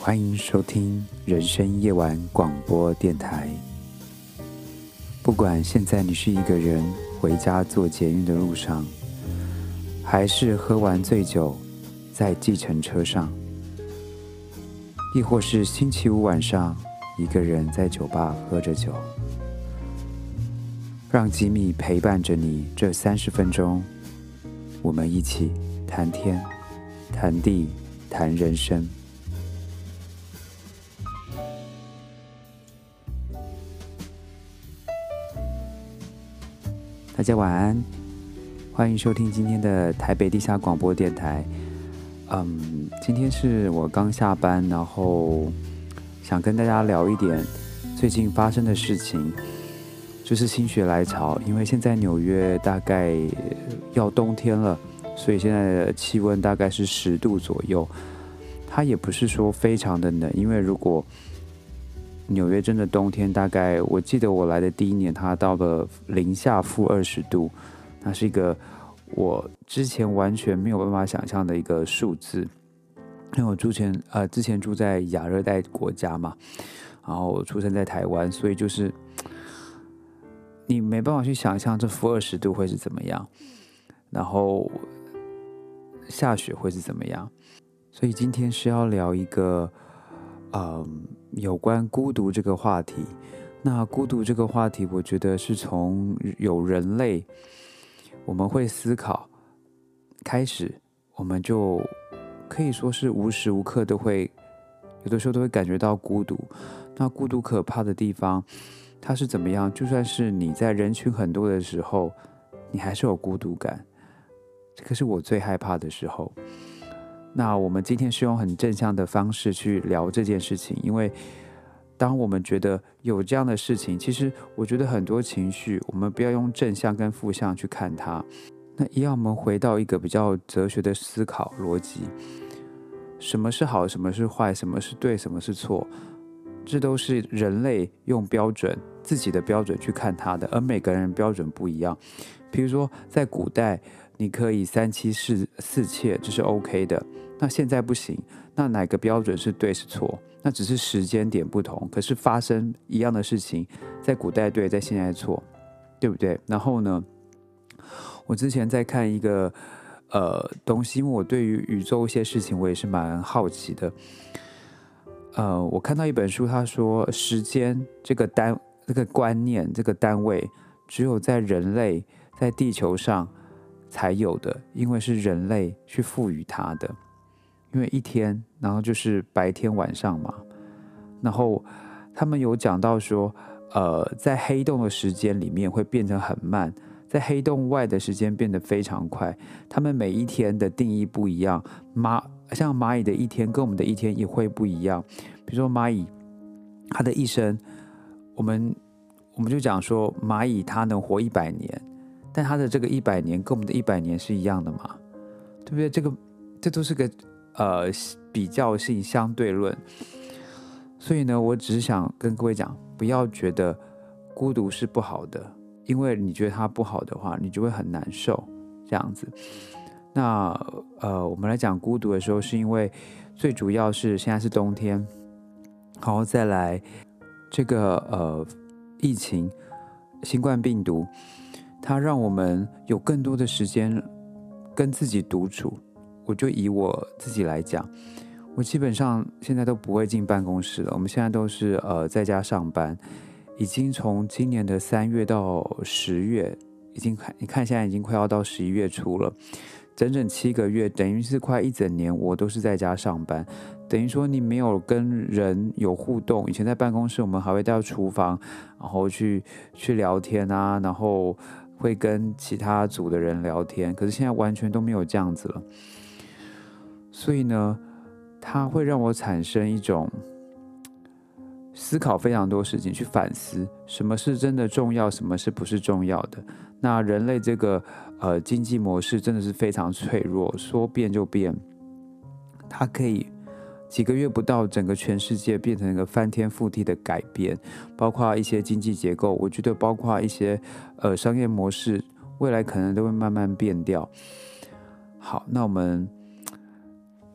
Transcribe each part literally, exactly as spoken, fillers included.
欢迎收听人生夜晚广播电台。不管现在你是一个人回家坐捷运的路上，还是喝完醉酒在计程车上，亦或是星期五晚上一个人在酒吧喝着酒，让吉米陪伴着你这三十分钟，我们一起谈天、谈地、谈人生。大家晚安，欢迎收听今天的台北地下广播电台。嗯，今天是我刚下班，然后想跟大家聊一点最近发生的事情，就是心血来潮，因为现在纽约大概要冬天了，所以现在的气温大概是十度左右。它也不是说非常的冷，因为如果纽约真的冬天，大概我记得我来的第一年，它到了零下负二十度，那是一个我之前完全没有办法想象的一个数字。因为我之前呃之前住在亚热带国家嘛，然后我出生在台湾，所以就是你没办法去想象这负二十度会是怎么样，然后下雪会是怎么样。所以今天是要聊一个嗯，有关孤独这个话题。那孤独这个话题，我觉得是从有人类我们会思考开始，我们就可以说是无时无刻都会，有的时候都会感觉到孤独。那孤独可怕的地方，它是怎么样？就算是你在人群很多的时候，你还是有孤独感。这个是我最害怕的时候。那我们今天是用很正向的方式去聊这件事情，因为当我们觉得有这样的事情，其实我觉得很多情绪，我们不要用正向跟负向去看它。那一样，我们回到一个比较哲学的思考逻辑：什么是好，什么是坏，什么是对，什么是错，这都是人类用标准自己的标准去看它的，而每个人标准不一样。比如说，在古代，你可以三妻四四妾，这是 OK 的。那现在不行，那哪个标准是对是错？那只是时间点不同，可是发生一样的事情，在古代对，在现在错，对不对？然后呢，我之前在看一个呃东西，因为我对于宇宙一些事情我也是蛮好奇的。呃，我看到一本书，他说时间这个单这个观念这个单位，只有在人类在地球上才有的，因为是人类去赋予它的。因为一天，然后就是白天晚上嘛，然后他们有讲到说，呃，在黑洞的时间里面会变成很慢，在黑洞外的时间变得非常快。他们每一天的定义不一样，蚂像蚂蚁的一天跟我们的一天也会不一样。比如说蚂蚁，它的一生，我们我们就讲说蚂蚁它能活一百年，但它的这个一百年跟我们的一百年是一样的嘛？对不对？这个这都是个。呃，比较性相对论，所以呢，我只是想跟各位讲，不要觉得孤独是不好的，因为你觉得它不好的话，你就会很难受，这样子。那呃，我们来讲孤独的时候，是因为最主要是现在是冬天，然后再来这个呃疫情，新冠病毒，它让我们有更多的时间跟自己独处。我就以我自己来讲，我基本上现在都不会进办公室了。我们现在都是呃在家上班，已经从今年的三月到十月，已经看你看现在已经快要到十一月初了，整整七个月，等于是快一整年，我都是在家上班。等于说你没有跟人有互动。以前在办公室，我们还会到厨房，然后去去聊天啊，然后会跟其他组的人聊天。可是现在完全都没有这样子了。所以呢，它会让我产生一种思考非常多事情，去反思什么是真的重要，什么是不是重要的。那人类这个呃经济模式真的是非常脆弱，说变就变，它可以几个月不到，整个全世界变成一个翻天覆地的改变，包括一些经济结构，我觉得包括一些呃商业模式，未来可能都会慢慢变掉。好，那我们。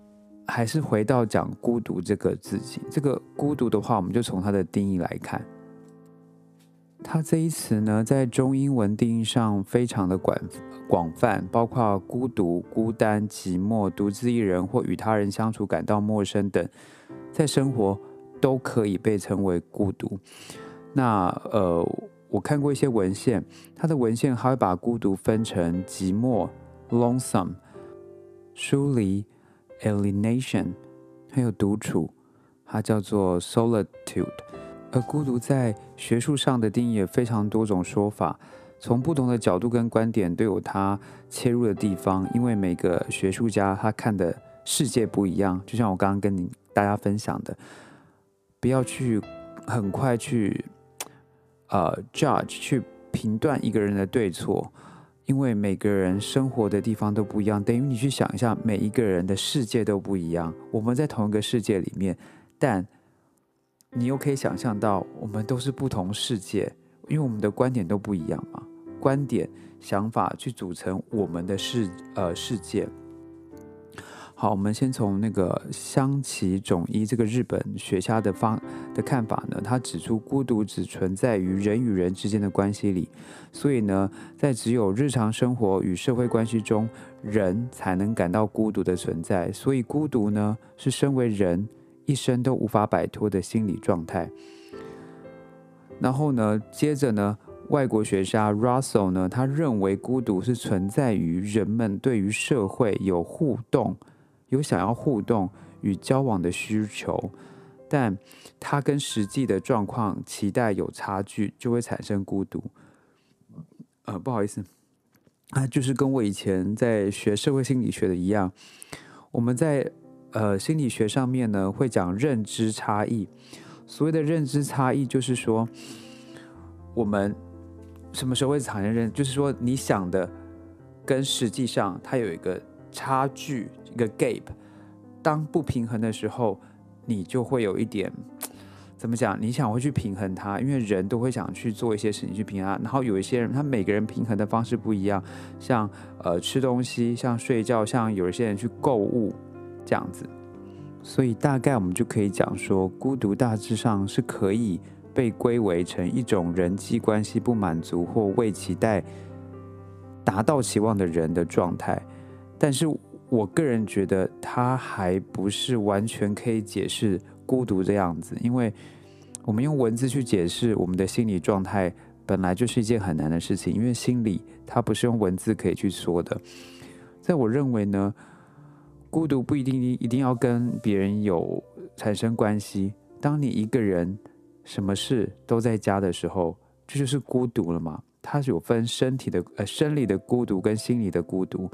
还是回到讲孤独这个字情。这个孤独的话，我们就从它的定义来看。它这一词呢，在中英文定义上非常的广广泛，包括孤独、孤单、寂寞、独自一人或与他人相处感到陌生等，在生活都可以被称为孤独。那呃，我看过一些文献，它的文献还会把孤独分成寂寞 （lonesome）、疏离 （alienation） 还有独处，它叫做 solitude。而孤独在学术上的定义也非常多种说法，从不同的角度跟观点都有它切入的地方，因为每个学术家他看的世界不一样。就像我刚刚跟你大家分享的，不要去很快去呃 judge 去评断一个人的对错，因为每个人生活的地方都不一样，等于你去想一下，每一个人的世界都不一样，我们在同一个世界里面，但你又可以想象到，我们都是不同世界，因为我们的观点都不一样嘛，观点、想法去组成我们的世呃世界。好，我们先从那个香崎种一这个日本学家的方的看法呢，他指出孤独只存在于人与人之间的关系里，所以呢，在只有日常生活与社会关系中，人才能感到孤独的存在，所以孤独呢，是身为人一生都无法摆脱的心理状态。然后呢，接着呢，外国学家 Russell 呢，他认为孤独是存在于人们对于社会有互动、有想要互动与交往的需求，但它跟实际的状况期待有差距，就会产生孤独。呃，不好意思，啊，就是跟我以前在学社会心理学的一样，我们在呃心理学上面呢会讲认知差异。所谓的认知差异，就是说我们什么时候会产生认，就是说你想的跟实际上它有一个差距，一个 gap。当不平衡的时候，你就会有一点怎么讲？你想会去平衡它，因为人都会想去做一些事情去平衡它。然后有一些人，他每个人平衡的方式不一样，像呃吃东西，像睡觉，像有一些人去购物这样子。所以大概我们就可以讲说，孤独大致上是可以被归为成一种人际关系不满足或未期待达到期望的人的状态。但是我个人觉得它还不是完全可以解释孤独这样子，因为我们用文字去解释我们的心理状态本来就是一件很难的事情，因为心理它不是用文字可以去说的。在我认为呢，孤独不一定一定要跟别人有产生关系。当你一个人什么事都在家的时候，这就是孤独了嘛。它是有分身体的呃生理的孤独跟心理的孤独。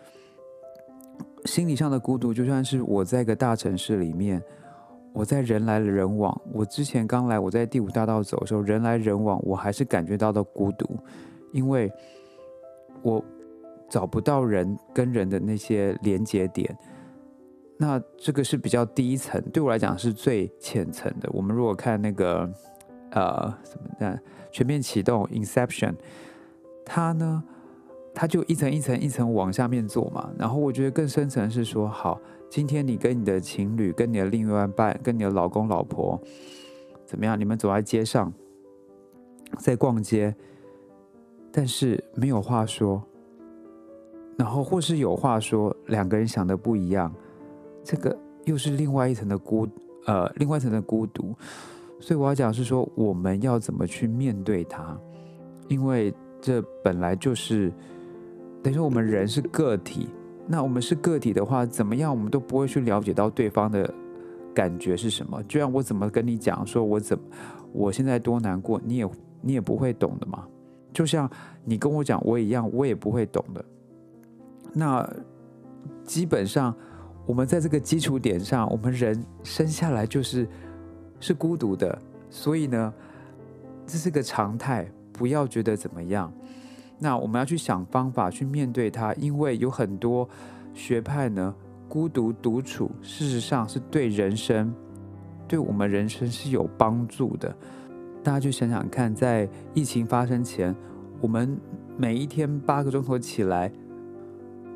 心理上的孤独，就算是我在一个大城市里面，我在人来人往。我之前刚来，我在第五大道走的时候，人来人往，我还是感觉到的孤独，因为我找不到人跟人的那些连接点。那这个是比较低一层，对我来讲是最浅层的。我们如果看那个呃什么的全面启动 Inception， 它呢，它就一层一层一层往下面做嘛。然后我觉得更深层是说，好，今天你跟你的情侣、跟你的另外一半、跟你的老公老婆怎么样？你们走在街上，在逛街，但是没有话说，然后或是有话说，两个人想的不一样。这个又是另外一层的孤，呃，另外一层的孤独。所以我要讲是说，我们要怎么去面对它，因为这本来就是等于说我们人是个体。那我们是个体的话，怎么样我们都不会去了解到对方的感觉是什么。就像我怎么跟你讲说我怎么我现在多难过，你也你也不会懂的嘛。就像你跟我讲我一样，我也不会懂的。那基本上我们在这个基础点上，我们人生下来就是是孤独的，所以呢，这是个常态，不要觉得怎么样。那我们要去想方法去面对它，因为有很多学派呢，孤独独处事实上是对人生，对我们人生是有帮助的。大家去想想看，在疫情发生前，我们每一天八个钟头起来，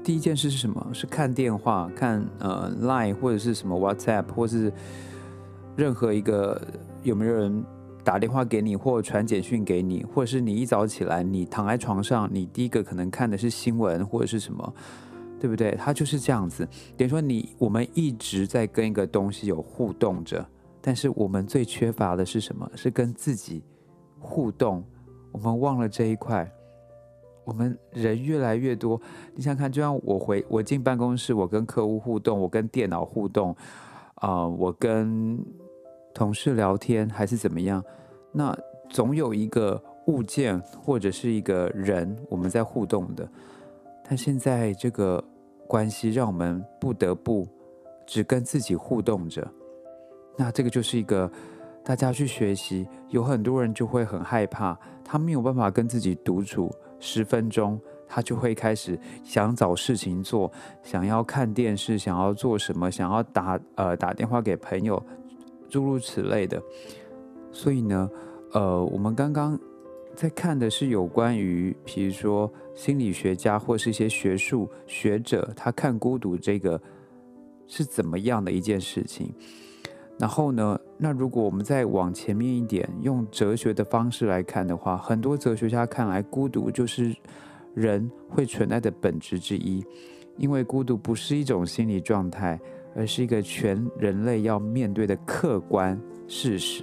第一件事是什么？是看电话，看呃 Line 或者是什么 WhatsApp， 或是任何一个有没有人打电话给你，或传简讯给你，或者是你一早起来，你躺在床上，你第一个可能看的是新闻或者是什么，对不对？它就是这样子。等于说你我们一直在跟一个东西有互动着，但是我们最缺乏的是什么？是跟自己互动。我们忘了这一块。我们人越来越多，你想想看，就像我回我进办公室，我跟客户互动，我跟电脑互动，啊、呃，我跟同事聊天，还是怎么样？那总有一个物件或者是一个人，我们在互动的。但现在这个关系让我们不得不只跟自己互动着，那这个就是一个大家去学习，有很多人就会很害怕，他没有办法跟自己独处十分钟，他就会开始想找事情做，想要看电视，想要做什么，想要打呃打电话给朋友，诸如此类的。所以呢，呃，我们刚刚在看的是有关于，比如说心理学家或是一些学术学者，他看孤独这个是怎么样的一件事情。然后呢，那如果我们再往前面一点，用哲学的方式来看的话，很多哲学家看来，孤独就是人会存在的本质之一，因为孤独不是一种心理状态，而是一个全人类要面对的客观事实。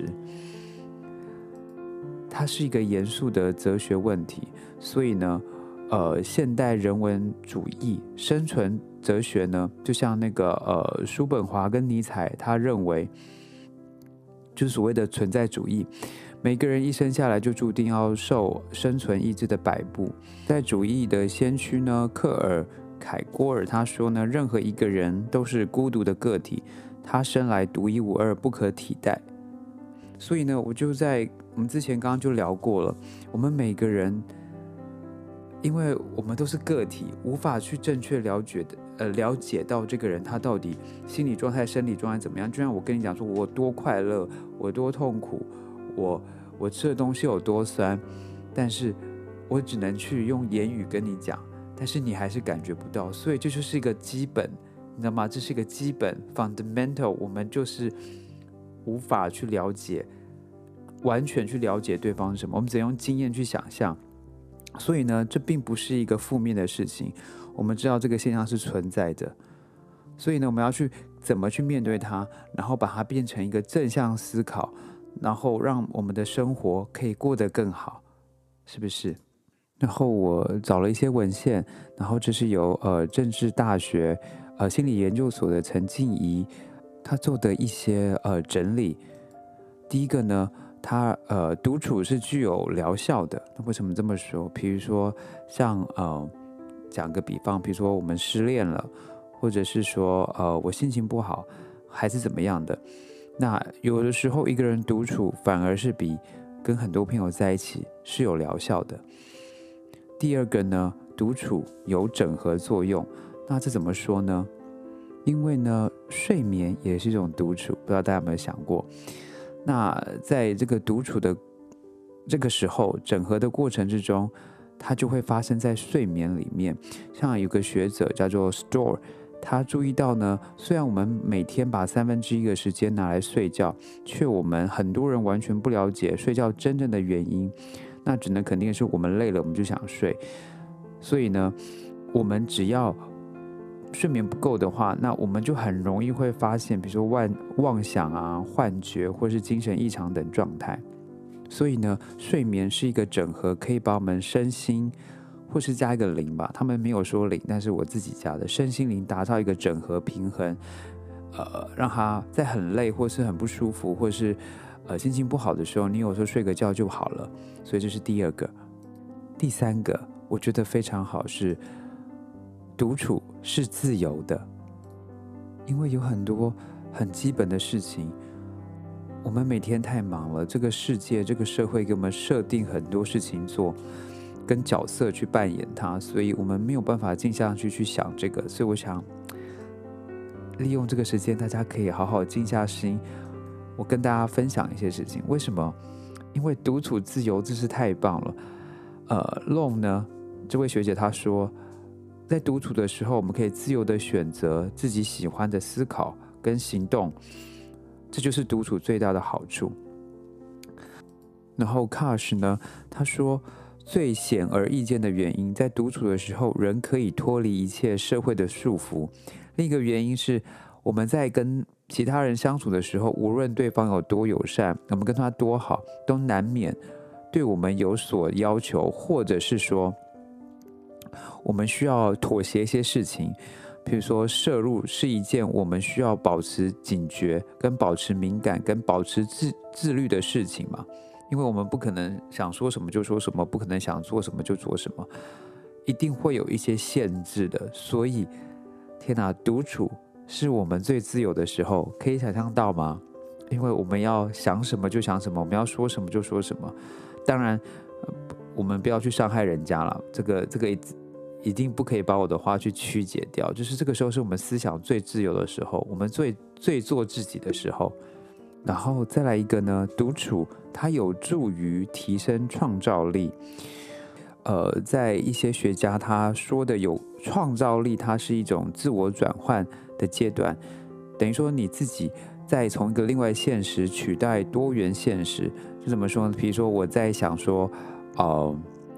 它是一个严肃的哲学问题，所以呢，呃，现代人文主义生存哲学呢，就像那个呃叔本华跟尼采，他认为就是所谓的存在主义，每个人一生下来就注定要受生存意志的摆布。在主义的先驱呢，克尔凯郭尔他说呢，任何一个人都是孤独的个体，他生来独一无二，不可替代。所以呢，我就在我们之前刚刚就聊过了，我们每个人，因为我们都是个体，无法去正确了解的呃了解到这个人他到底心理状态、生理状态怎么样。就像我跟你讲说，我多快乐，我多痛苦，我我吃的东西有多酸，但是我只能去用言语跟你讲，但是你还是感觉不到。所以这就是一个基本，你知道吗？这是一个基本 fundamental， 我们就是无法去了解，完全去了解对方是什么，我们只能用经验去想象。所以呢，这并不是一个负面的事情，我们知道这个现象是存在的。所以呢，我们要去怎么去面对它，然后把它变成一个正向思考，然后让我们的生活可以过得更好，是不是？然后我找了一些文献，然后这是由呃政治大学呃心理研究所的陈静怡他做的一些呃整理。第一个呢，他呃独处是具有疗效的。那为什么这么说？比如说像呃讲个比方，比如说我们失恋了，或者是说呃我心情不好，还是怎么样的，那有的时候一个人独处反而是比跟很多朋友在一起是有疗效的。第二个呢，独处有整合作用。那这怎么说呢？因为呢，睡眠也是一种独处，不知道大家有没有想过？那在这个独处的这个时候，整合的过程之中，它就会发生在睡眠里面。像有个学者叫做 Storr， 他注意到呢，虽然我们每天把三分之一的时间拿来睡觉，却我们很多人完全不了解睡觉真正的原因。那只能肯定的是，我们累了，我们就想睡。所以呢，我们只要睡眠不够的话，那我们就很容易会发现，比如说妄妄想啊、幻觉，或是精神异常等状态。所以呢，睡眠是一个整合，可以把我们身心，或是加一个灵吧，他们没有说灵，但是我自己加的身心灵达到一个整合平衡，呃，让他在很累或是很不舒服，或是呃心情不好的时候，你有时候睡个觉就好了。所以这是第二个。第三个，我觉得非常好是，独处是自由的，因为有很多很基本的事情，我们每天太忙了，这个世界、这个社会给我们设定很多事情做，跟角色去扮演它，所以我们没有办法静下去去想这个。所以我想利用这个时间，大家可以好好静下心，我跟大家分享一些事情。为什么？因为独处自由真是太棒了。呃 Long 呢，这位学姐她说， 在独处的时候，我们可以自由的选择自己喜欢的思考跟行动，这就是独处最大的好处。然后 Kash 呢，他说最显而易见的原因，在独处的时候，人可以脱离一切社会的束缚。另一个原因是，我们在跟其他人相处的时候，无论对方有多友善，我们跟他多好，都难免对我们有所要求，或者是说我们需要妥协一些事情。比如说摄入是一件我们需要保持警觉跟保持敏感跟保持 自, 自律的事情嘛，因为我们不可能想说什么就说什么，不可能想做什么就做什么，一定会有一些限制的。所以天哪，独处是我们最自由的时候，可以想象到吗？因为我们要想什么就想什么，我们要说什么就说什么。当然我们不要去伤害人家了，这个这个一定不可以把我的话去曲解掉，就是这个时候是我们思想最自由的时候，我们最最做自己的时候。然后再来一个呢，独处它有助于提升创造力。呃，在一些学家他说的有创造力，它是一种自我转换的阶段，等于说你自己在从一个另外现实取代多元现实。是怎么说呢？比如说我在想说，呃。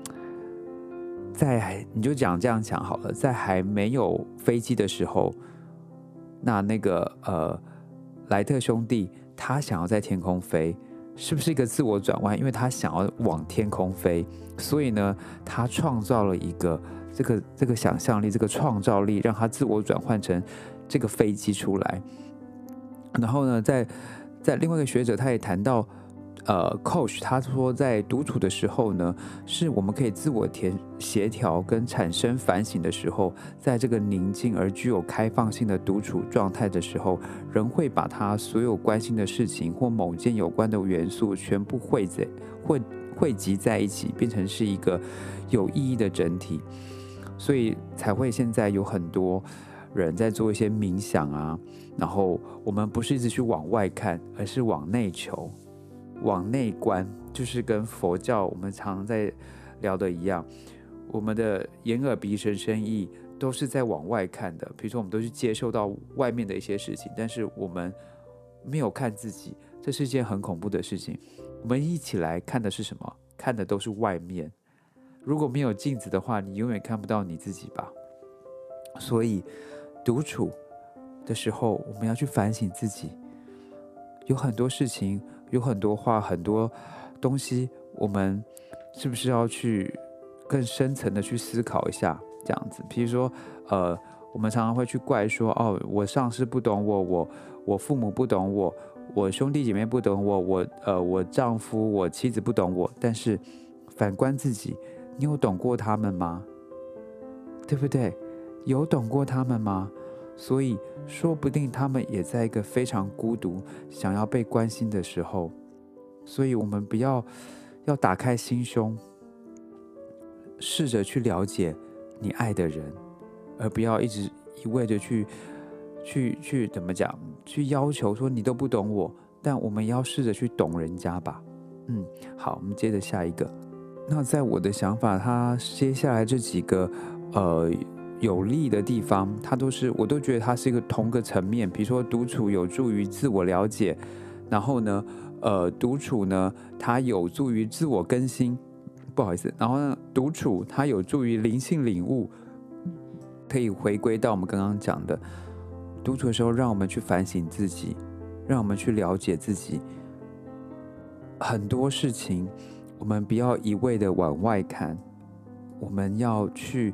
在你就讲这样讲好了，在还没有飞机的时候，那那个呃莱特兄弟他想要在天空飞，是不是一个自我转弯？因为他想要往天空飞，所以呢，他创造了一个这个这个想象力，这个创造力，让他自我转换成这个飞机出来。然后呢，在在另外一个学者他也谈到。呃 ，Coach 他说，在独处的时候呢，是我们可以自我协调跟产生反省的时候，在这个宁静而具有开放性的独处状态的时候，人会把他所有关心的事情或某件有关的元素全部汇在汇汇集在一起，变成是一个有意义的整体，所以才会现在有很多人在做一些冥想啊，然后我们不是一直去往外看，而是往内求。往内观，就是跟佛教我们常常在聊的一样，我们的眼耳鼻舌身意都是在往外看的。比如说我们都去接受到外面的一些事情，但是我们没有看自己，这是一件很恐怖的事情。我们一起来看的是什么？看的都是外面。如果没有镜子的话，你永远看不到你自己吧。所以独处的时候，我们要去反省自己，有很多事情，有很多话，很多东西，我们是不是要去更深层的去思考一下？这样子，比如说，呃，我们常常会去怪说，哦，我上司不懂我，我我父母不懂我，我兄弟姐妹不懂我，我呃我丈夫、我妻子不懂我。但是反观自己，你有懂过他们吗？对不对？有懂过他们吗？所以说不定他们也在一个非常孤独想要被关心的时候，所以我们不要要打开心胸，试着去了解你爱的人，而不要一直一味的去去去怎么讲，去要求说你都不懂我，但我们要试着去懂人家吧。嗯，好，我们接着下一个。那在我的想法，他接下来这几个呃有利的地方，它都是我都觉得它是一个同个层面。比如说独处有助于自我了解，然后呢，呃，独处呢它有助于自我更新，不好意思，然后呢，独处它有助于灵性领悟，可以回归到我们刚刚讲的，独处的时候，让我们去反省自己，让我们去了解自己。很多事情，我们不要一味的往外看，我们要去。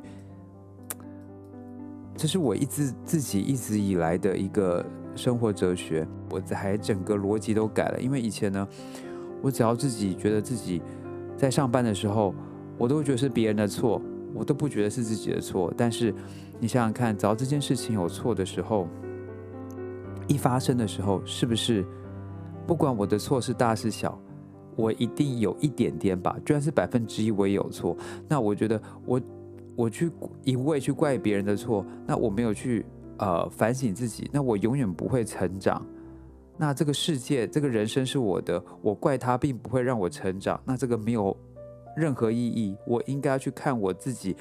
这是我一直自己一直以来的一个生活哲学，我还整个逻辑都改了。因为以前呢，我只要自己觉得自己在上班的时候，我都觉得是别人的错，我都不觉得是自己的错。但是你想想看，只要这件事情有错的时候，一发生的时候，是不是不管我的错是大是小，我一定有一点点吧，就算是百分之一我也有错。那我觉得我我去一味去怪别人的错，那我没有去呃反省自己，那我永远不会成长。那这个世界这个人生是我的，我怪他并不会让我成长，那这个没有任何意义。我应该要去看我自己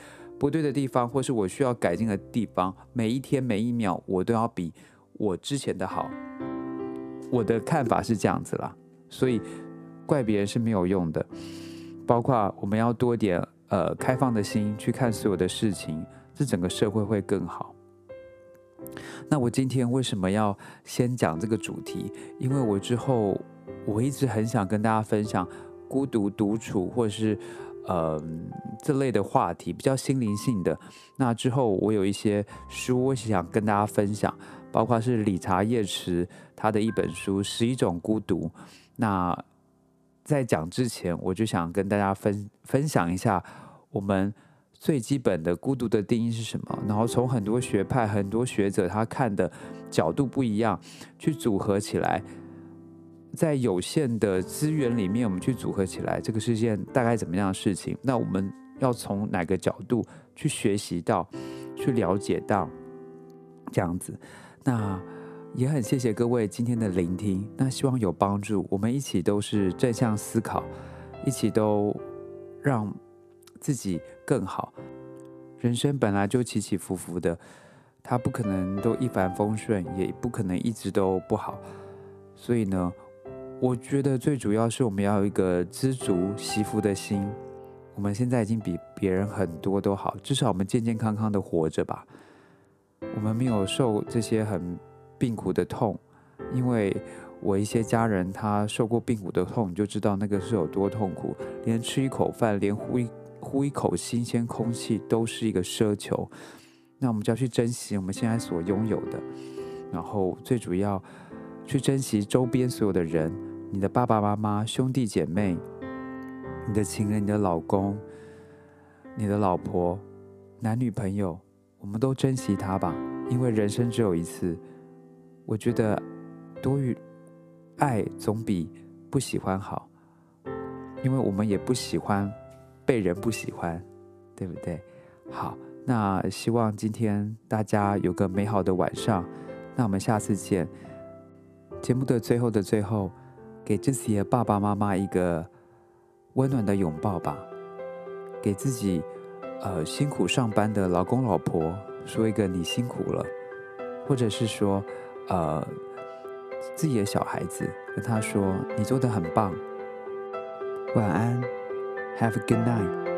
不对的地方，或是我需要改进的地方，每一天每一秒我都要比我之前的好。我的看法是这样子啦，所以怪别人是没有用的。包括我们要多点呃开放的心去看所有的事情，这整个社会会更好。那我今天为什么要先讲这个主题？因为我之后我一直很想跟大家分享孤独、独处或者是呃这类的话题，比较心灵性的。那之后我有一些书，我想跟大家分享，包括是理查叶池他的一本书《十一种孤独》。那在讲之前，我就想跟大家分分享一下我们最基本的孤独的定义是什么，然后从很多学派、很多学者他看的角度不一样，去组合起来，在有限的资源里面，我们去组合起来，这个是件大概怎么样的事情？那我们要从哪个角度去学习到、去了解到这样子？那也很谢谢各位今天的聆听，那希望有帮助。我们一起都是正向思考，一起都让自己更好。人生本来就起起伏伏的，它不可能都一帆风顺，也不可能一直都不好。所以呢，我觉得最主要是我们要有一个知足惜福的心。我们现在已经比别人很多都好，至少我们健健康康的活着吧。我们没有受这些很病苦的痛，因为我一些家人他受过病苦的痛，你就知道那个是有多痛苦。连吃一口饭，连呼一呼一口新鲜空气都是一个奢求。那我们就要去珍惜我们现在所拥有的，然后最主要去珍惜周边所有的人，你的爸爸妈妈、兄弟姐妹、你的情人、你的老公、你的老婆、男女朋友，我们都珍惜他吧，因为人生只有一次。我觉得多于爱总比不喜欢好，因为我们也不喜欢被人不喜欢，对不对？好，那希望今天大家有个美好的晚上，那我们下次见。节目的最后的最后，给自己的爸爸妈妈一个温暖的拥抱吧，给自己呃辛苦上班的老公老婆说一个你辛苦了，或者是说呃自己的小孩子跟他说你做得很棒，晚安 ，Have a good night。